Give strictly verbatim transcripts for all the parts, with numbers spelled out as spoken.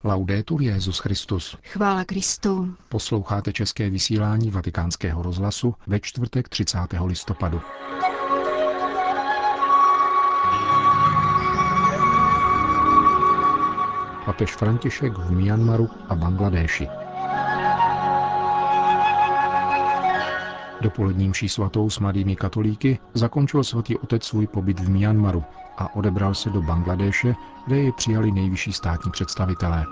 Laudetur Jesus Christus. Chvála Kristu. Posloucháte české vysílání Vatikánského rozhlasu ve čtvrtek třicátého listopadu. Papež František v Myanmaru a Bangladéši. Dopolední mší svatou s mladými katolíky zakončil svatý otec svůj pobyt v Myanmaru a odebral se do Bangladéše, kde ji přijali nejvyšší státní představitelé.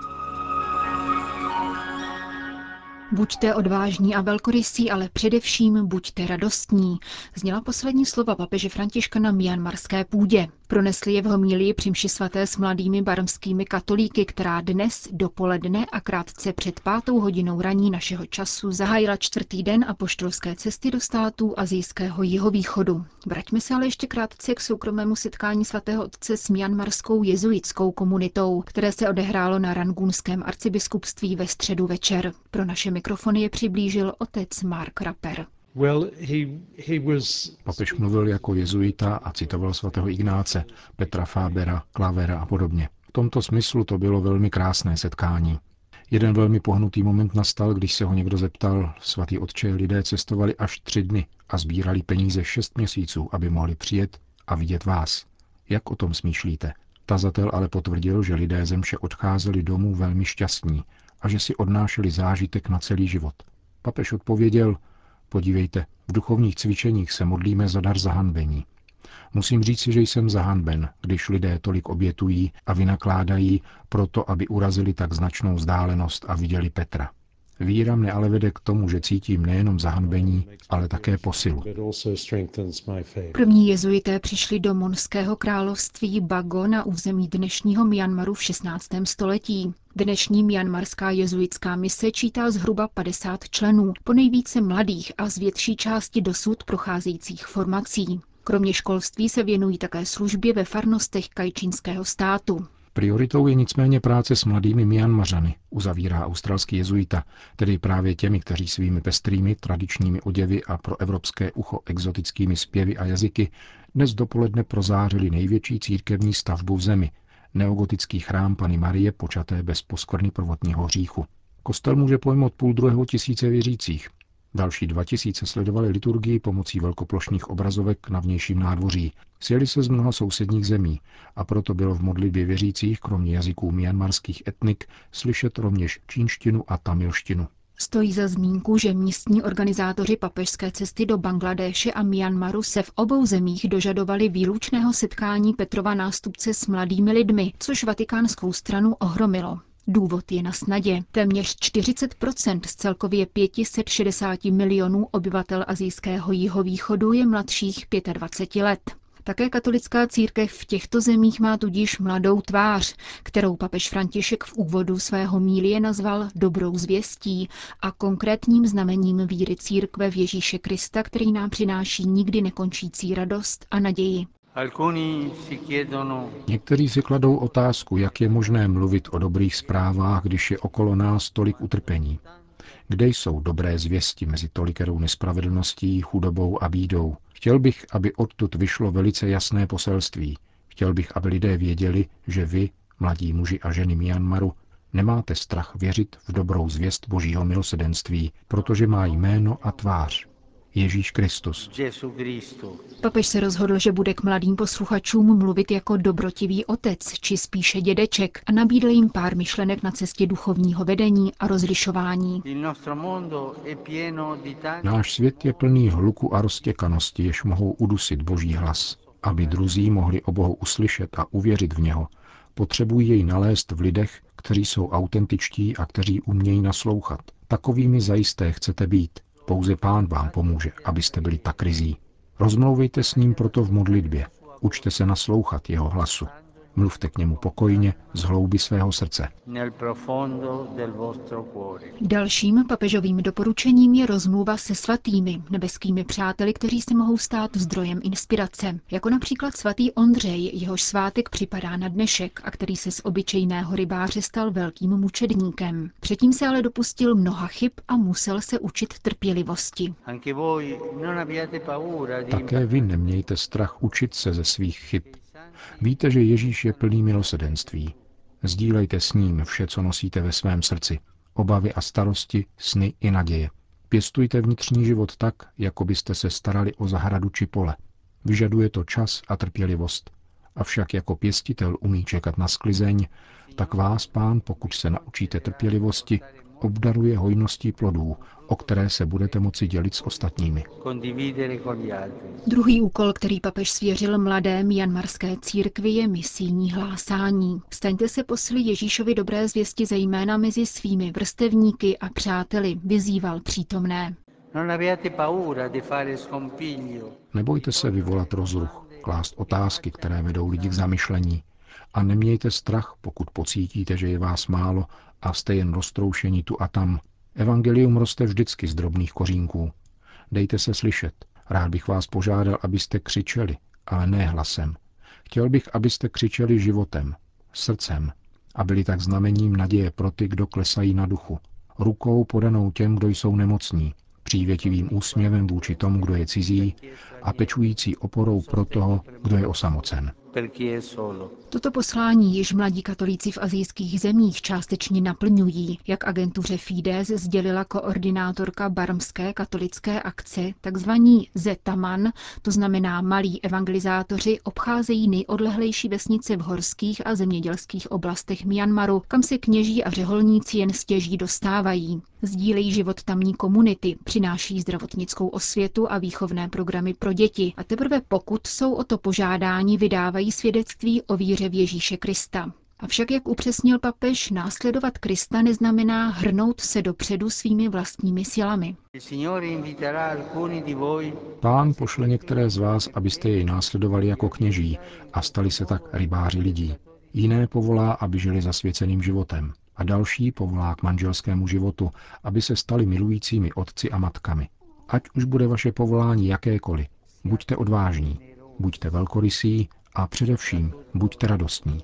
Buďte odvážní a velkorysí, ale především buďte radostní, zněla poslední slova papeže Františka na myanmarské půdě. Pronesli je v homílii při mši svaté s mladými barmskými katolíky, která dnes dopoledne a krátce před pátou hodinou raní našeho času zahájila čtvrtý den apoštolské cesty do států asijského jihovýchodu. Vraťme se ale ještě krátce k soukromému setkání svatého otce s myanmarskou jezuitskou komunitou, které se odehrálo na Rangunském arcibiskupství ve středu večer. Pro naše mikrofony je přiblížil otec Mark Rapper. Well, he, he was... Papež mluvil jako jezuita a citoval svatého Ignáce, Petra Fábera, Klavera a podobně. V tomto smyslu to bylo velmi krásné setkání. Jeden velmi pohnutý moment nastal, když se ho někdo zeptal: svatý otče, lidé cestovali až tři dny a sbírali peníze šest měsíců, aby mohli přijet a vidět vás. Jak o tom smýšlíte? Tazatel ale potvrdil, že lidé ze mše odcházeli domů velmi šťastní a že si odnášeli zážitek na celý život. Papež odpověděl: podívejte, v duchovních cvičeních se modlíme za dar zahanbení. Musím říci, že jsem zahanben, když lidé tolik obětují a vynakládají proto, aby urazili tak značnou vzdálenost a viděli Petra. Víra mne ale vede k tomu, že cítím nejenom zahanbení, ale také posilu. První jezuité přišli do monského království Bago na území dnešního Myanmaru v šestnáctém století. Dnešní myanmarská jezuitská mise čítá zhruba padesát členů, ponejvíce mladých a z větší části dosud procházejících formací. Kromě školství se věnují také službě ve farnostech kajčínského státu. Prioritou je nicméně práce s mladými Myanmařany, uzavírá australský jezuita, tedy právě těmi, kteří svými pestrými tradičními oděvy a pro evropské ucho exotickými zpěvy a jazyky dnes dopoledne prozářili největší církevní stavbu v zemi, neogotický chrám Panny Marie počaté bez poskvrny prvotního hříchu. Kostel může pojmout půl druhého tisíce věřících. Další dva tisíce sledovali liturgii pomocí velkoplošných obrazovek na vnějším nádvoří. Sjeli se z mnoha sousedních zemí a proto bylo v modlitbě věřících kromě jazyků myanmarských etnik slyšet rovněž čínštinu a tamilštinu. Stojí za zmínku, že místní organizátoři papežské cesty do Bangladéše a Myanmaru se v obou zemích dožadovali výlučného setkání Petrova nástupce s mladými lidmi, což vatikánskou stranu ohromilo. Důvod je na snadě. Téměř čtyřicet procent z celkově pět set šedesát milionů obyvatel asijského jihovýchodu je mladších dvacet pět let. Také katolická církev v těchto zemích má tudíž mladou tvář, kterou papež František v úvodu svého homílie nazval dobrou zvěstí a konkrétním znamením víry církve v Ježíše Krista, který nám přináší nikdy nekončící radost a naději. Někteří si kladou otázku, jak je možné mluvit o dobrých zprávách, když je okolo nás tolik utrpení. Kde jsou dobré zvěsti mezi tolikerou nespravedlností, chudobou a bídou? Chtěl bych, aby odtud vyšlo velice jasné poselství. Chtěl bych, aby lidé věděli, že vy, mladí muži a ženy Myanmaru, nemáte strach věřit v dobrou zvěst Božího milosrdenství, protože má jméno a tvář. Ježíš Kristus. Papež se rozhodl, že bude k mladým posluchačům mluvit jako dobrotivý otec, či spíše dědeček, a nabídl jim pár myšlenek na cestě duchovního vedení a rozlišování. Náš svět je plný hluku a roztěkanosti, jež mohou udusit Boží hlas. Aby druzí mohli o Bohu uslyšet a uvěřit v něho, potřebují jej nalézt v lidech, kteří jsou autentičtí a kteří umějí naslouchat. Takovými zajisté chcete být. Pouze Pán vám pomůže, abyste byli tak ryzí. Rozmlouvejte s ním proto v modlitbě. Učte se naslouchat jeho hlasu. Mluvte k němu pokojně z hloubi svého srdce. Dalším papežovým doporučením je rozmluva se svatými, nebeskými přáteli, kteří se mohou stát zdrojem inspirace. Jako například svatý Ondřej, jehož svátek připadá na dnešek a který se z obyčejného rybáře stal velkým mučedníkem. Předtím se ale dopustil mnoha chyb a musel se učit trpělivosti. Také vy nemějte strach učit se ze svých chyb. Víte, že Ježíš je plný milosrdenství. Sdílejte s ním vše, co nosíte ve svém srdci. Obavy a starosti, sny i naděje. Pěstujte vnitřní život tak, jako byste se starali o zahradu či pole. Vyžaduje to čas a trpělivost. Avšak jako pěstitel umí čekat na sklizeň, tak vás Pán, pokud se naučíte trpělivosti, obdaruje hojností plodů, o které se budete moci dělit s ostatními. Druhý úkol, který papež svěřil mladé myanmarské církvi, je misijní hlásání. Staňte se posly Ježíšovy dobré zvěsti zejména mezi svými vrstevníky a přáteli, vyzýval přítomné. Nebojte se vyvolat rozruch, klást otázky, které vedou lidi k zamyšlení. A nemějte strach, pokud pocítíte, že je vás málo a jste jen roztroušení tu a tam. Evangelium roste vždycky z drobných kořínků. Dejte se slyšet. Rád bych vás požádal, abyste křičeli, ale ne hlasem. Chtěl bych, abyste křičeli životem, srdcem a byli tak znamením naděje pro ty, kdo klesají na duchu. Rukou podanou těm, kdo jsou nemocní, přívětivým úsměvem vůči tomu, kdo je cizí a pečující oporou pro toho, kdo je osamocen. Toto poslání již mladí katolíci v asijských zemích částečně naplňují, jak agentuře Fides sdělila koordinátorka barmské katolické akce, takzvaní Zetaman, to znamená malí evangelizátoři, obcházejí nejodlehlejší vesnice v horských a zemědělských oblastech Myanmaru, kam se kněží a řeholníci jen stěží dostávají. Sdílejí život tamní komunity, přináší zdravotnickou osvětu a výchovné programy pro děti a teprve pokud jsou o to požádáni, vydávají svědectví o víře v Ježíše Krista. Avšak, jak upřesnil papež, následovat Krista neznamená hrnout se dopředu svými vlastními silami. Pán pošle některé z vás, abyste jej následovali jako kněží a stali se tak rybáři lidí. Jiné povolá, aby žili zasvěceným životem. A další povolá k manželskému životu, aby se stali milujícími otci a matkami. Ať už bude vaše povolání jakékoliv, buďte odvážní, buďte velkorysí a především buďte radostní.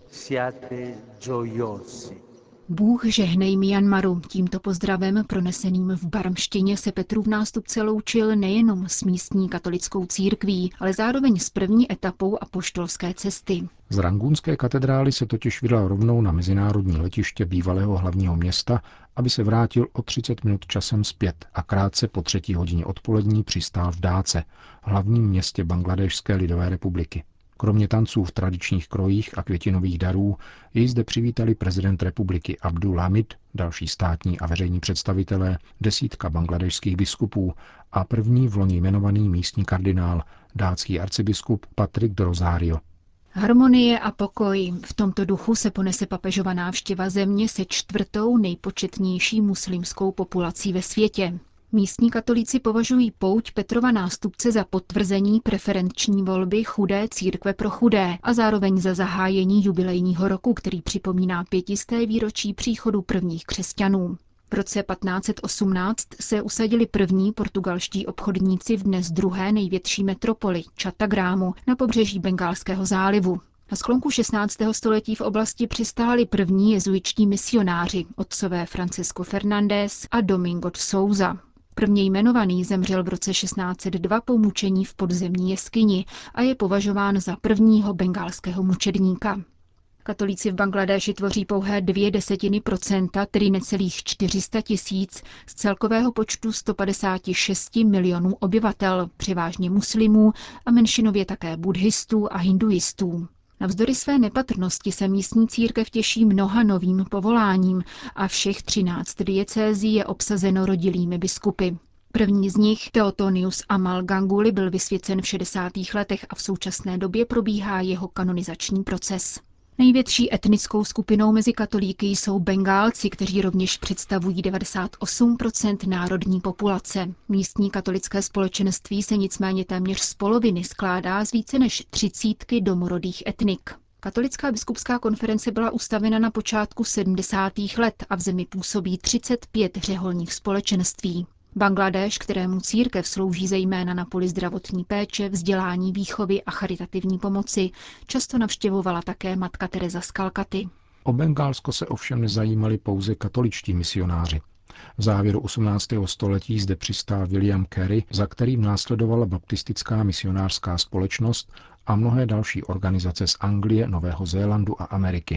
Bůh žehnej Myanmaru. Tímto pozdravem proneseným v barmštině se Petrův nástupce loučil nejenom s místní katolickou církví, ale zároveň s první etapou apoštolské cesty. Z Rangunské katedrály se totiž vydal rovnou na mezinárodní letiště bývalého hlavního města, aby se vrátil o třicet minut časem zpět a krátce po třetí hodině odpolední přistál v Dáce, hlavním městě Bangladéšské lidové republiky. Kromě tanců v tradičních krojích a květinových darů jej zde přivítali prezident republiky Abdul Hamid, další státní a veřejní představitelé, desítka bangladešských biskupů a první vloni jmenovaný místní kardinál, dátský arcibiskup Patrick de Rosario. Harmonie a pokoj. V tomto duchu se ponese papežova návštěva země se čtvrtou nejpočetnější muslimskou populací ve světě. Místní katolíci považují pouť Petrova nástupce za potvrzení preferenční volby chudé církve pro chudé a zároveň za zahájení jubilejního roku, který připomíná pětisté výročí příchodu prvních křesťanů. V roce patnáct set osmnáct se usadili první portugalští obchodníci v dnes druhé největší metropoli Chattagrámu na pobřeží Bengálského zálivu. Na sklonku šestnáctého století v oblasti přistáli první jezuitští misionáři, otcové Francisco Fernández a Domingo de Souza. Prvně jmenovaný zemřel v roce šestnáct set dva po mučení v podzemní jeskyni a je považován za prvního bengálského mučedníka. Katolíci v Bangladéši tvoří pouhé dvě desetiny procenta, tedy necelých čtyři sta tisíc z celkového počtu sto padesát šest milionů obyvatel, převážně muslimů a menšinově také buddhistů a hinduistů. Navzdory své nepatrnosti se místní církev těší mnoha novým povoláním a všech třináct diecézí je obsazeno rodilými biskupy. První z nich, Theotonius Amal Ganguly, byl vysvěcen v šedesátých letech a v současné době probíhá jeho kanonizační proces. Největší etnickou skupinou mezi katolíky jsou Bengálci, kteří rovněž představují devadesát osm procent národní populace. Místní katolické společenství se nicméně téměř z poloviny skládá z více než třicítky domorodých etnik. Katolická biskupská konference byla ustavena na počátku sedmdesátých let a v zemi působí třicet pět řeholních společenství. Bangladéš, kterému církev slouží zejména na poli zdravotní péče, vzdělání, výchovy a charitativní pomoci, často navštěvovala také matka Teresa z Kalkaty. O Bengálsko se ovšem nezajímali pouze katoličtí misionáři. V závěru osmnáctého století zde přistál William Carey, za kterým následovala baptistická misionářská společnost a mnohé další organizace z Anglie, Nového Zélandu a Ameriky.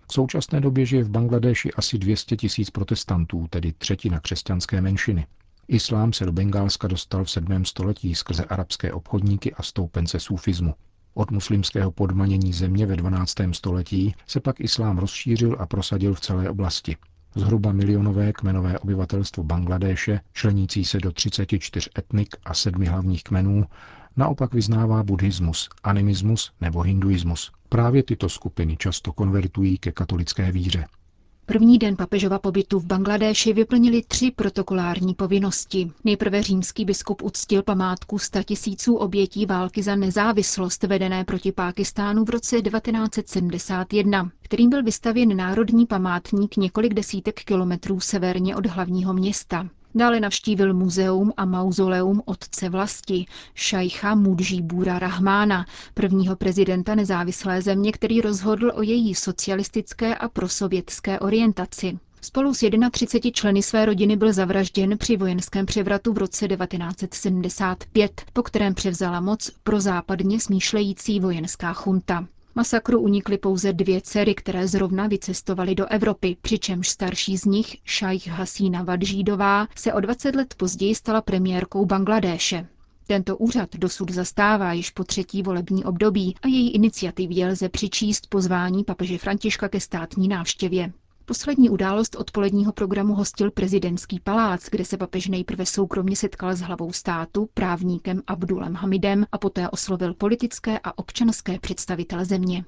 V současné době žije v Bangladéši asi dvě stě tisíc protestantů, tedy třetina křesťanské menšiny. Islám se do Bengálska dostal v sedmém století skrze arabské obchodníky a stoupence sufismu. Od muslimského podmanění země ve dvanáctém století se pak islám rozšířil a prosadil v celé oblasti. Zhruba milionové kmenové obyvatelstvo Bangladéše, členící se do třiceti čtyř etnik a sedmi hlavních kmenů, naopak vyznává buddhismus, animismus nebo hinduismus. Právě tyto skupiny často konvertují ke katolické víře. První den papežova pobytu v Bangladéši vyplnili tři protokolární povinnosti. Nejprve římský biskup uctil památku statisíců obětí války za nezávislost vedené proti Pákistánu v roce devatenáct set sedmdesát jedna, kterým byl vystavěn národní památník několik desítek kilometrů severně od hlavního města. Dále navštívil muzeum a mauzoleum otce vlasti, šajcha Mudžíbura Rahmána, prvního prezidenta nezávislé země, který rozhodl o její socialistické a prosovětské orientaci. Spolu s třiceti jednou členy své rodiny byl zavražděn při vojenském převratu v roce devatenáct set sedmdesát pět, po kterém převzala moc prozápadně smýšlející vojenská chunta. Masakru unikly pouze dvě dcery, které zrovna vycestovaly do Evropy, přičemž starší z nich, šajch Hasína Vadžídová, se o dvacet let později stala premiérkou Bangladéše. Tento úřad dosud zastává již po třetí volební období a její iniciativě lze přičíst pozvání papeže Františka ke státní návštěvě. Poslední událost odpoledního programu hostil prezidentský palác, kde se papež nejprve soukromně setkal s hlavou státu, právníkem Abdulem Hamidem a poté oslovil politické a občanské představitele země.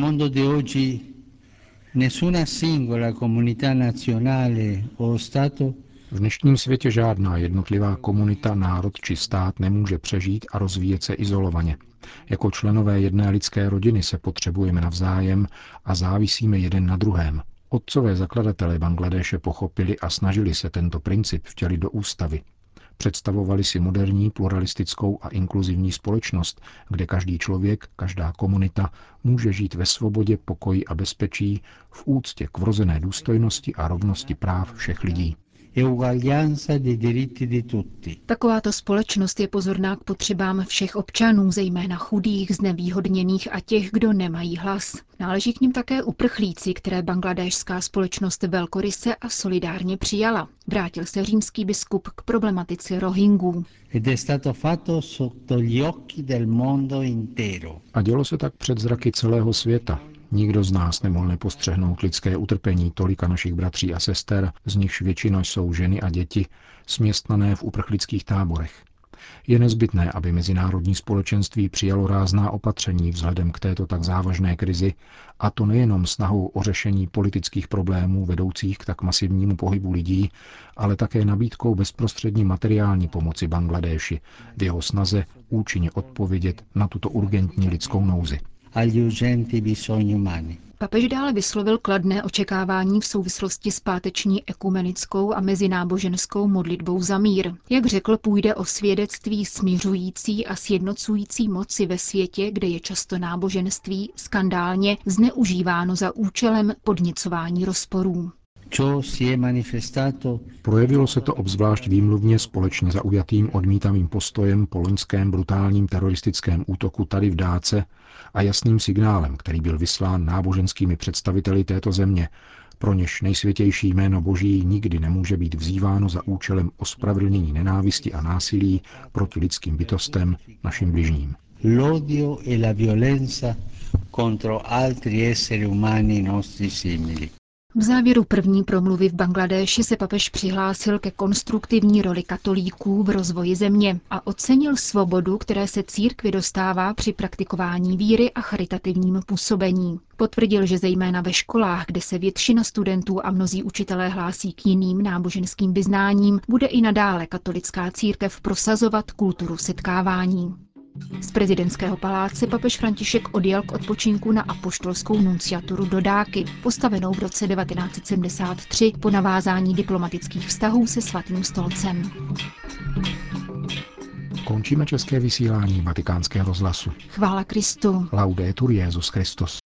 V dnešním světě žádná jednotlivá komunita, národ či stát nemůže přežít a rozvíjet se izolovaně. Jako členové jedné lidské rodiny se potřebujeme navzájem a závisíme jeden na druhém. Otcové zakladatelé Bangladéše pochopili a snažili se tento princip vtělit do ústavy. Představovali si moderní, pluralistickou a inkluzivní společnost, kde každý člověk, každá komunita může žít ve svobodě, pokoji a bezpečí, v úctě k vrozené důstojnosti a rovnosti práv všech lidí. Takováto společnost je pozorná k potřebám všech občanů, zejména chudých, znevýhodněných a těch, kdo nemají hlas. Náleží k nim také uprchlíci, které bangladéšská společnost velkoryse a solidárně přijala. Vrátil se římský biskup k problematice Rohingů. A dělo se tak před zraky celého světa. Nikdo z nás nemohl nepostřehnout lidské utrpení tolika našich bratří a sester, z nichž většina jsou ženy a děti, směstnané v uprchlických táborech. Je nezbytné, aby mezinárodní společenství přijalo rázná opatření vzhledem k této tak závažné krizi, a to nejenom snahou o řešení politických problémů vedoucích k tak masivnímu pohybu lidí, ale také nabídkou bezprostřední materiální pomoci Bangladéši v jeho snaze účinně odpovědět na tuto urgentní lidskou nouzi. Papež dále vyslovil kladné očekávání v souvislosti s páteční ekumenickou a mezináboženskou modlitbou za mír. Jak řekl, půjde o svědectví smiřující a sjednocující moci ve světě, kde je často náboženství skandálně zneužíváno za účelem podněcování rozporů. Projevilo se to obzvlášť výmluvně společně zaujatým odmítavým postojem po loňském brutálním teroristickém útoku tady v Dáce a jasným signálem, který byl vyslán náboženskými představiteli této země, pro něž nejsvětější jméno Boží nikdy nemůže být vzýváno za účelem ospravedlnění nenávisti a násilí proti lidským bytostem, našim bližním. L'odio e la violenza contro altri esseri umani nostri simili. V závěru první promluvy v Bangladéši se papež přihlásil ke konstruktivní roli katolíků v rozvoji země a ocenil svobodu, které se církvi dostává při praktikování víry a charitativním působení. Potvrdil, že zejména ve školách, kde se většina studentů a mnozí učitelé hlásí k jiným náboženským vyznáním, bude i nadále katolická církev prosazovat kulturu setkávání. Z prezidentského paláce papež František odjel k odpočinku na apoštolskou nunciaturu do Dáky, postavenou v roce devatenáct set sedmdesát tři po navázání diplomatických vztahů se Svatým stolcem. Končíme české vysílání Vatikánského rozhlasu. Chvála Kristu. Laudetur Jesus Christus.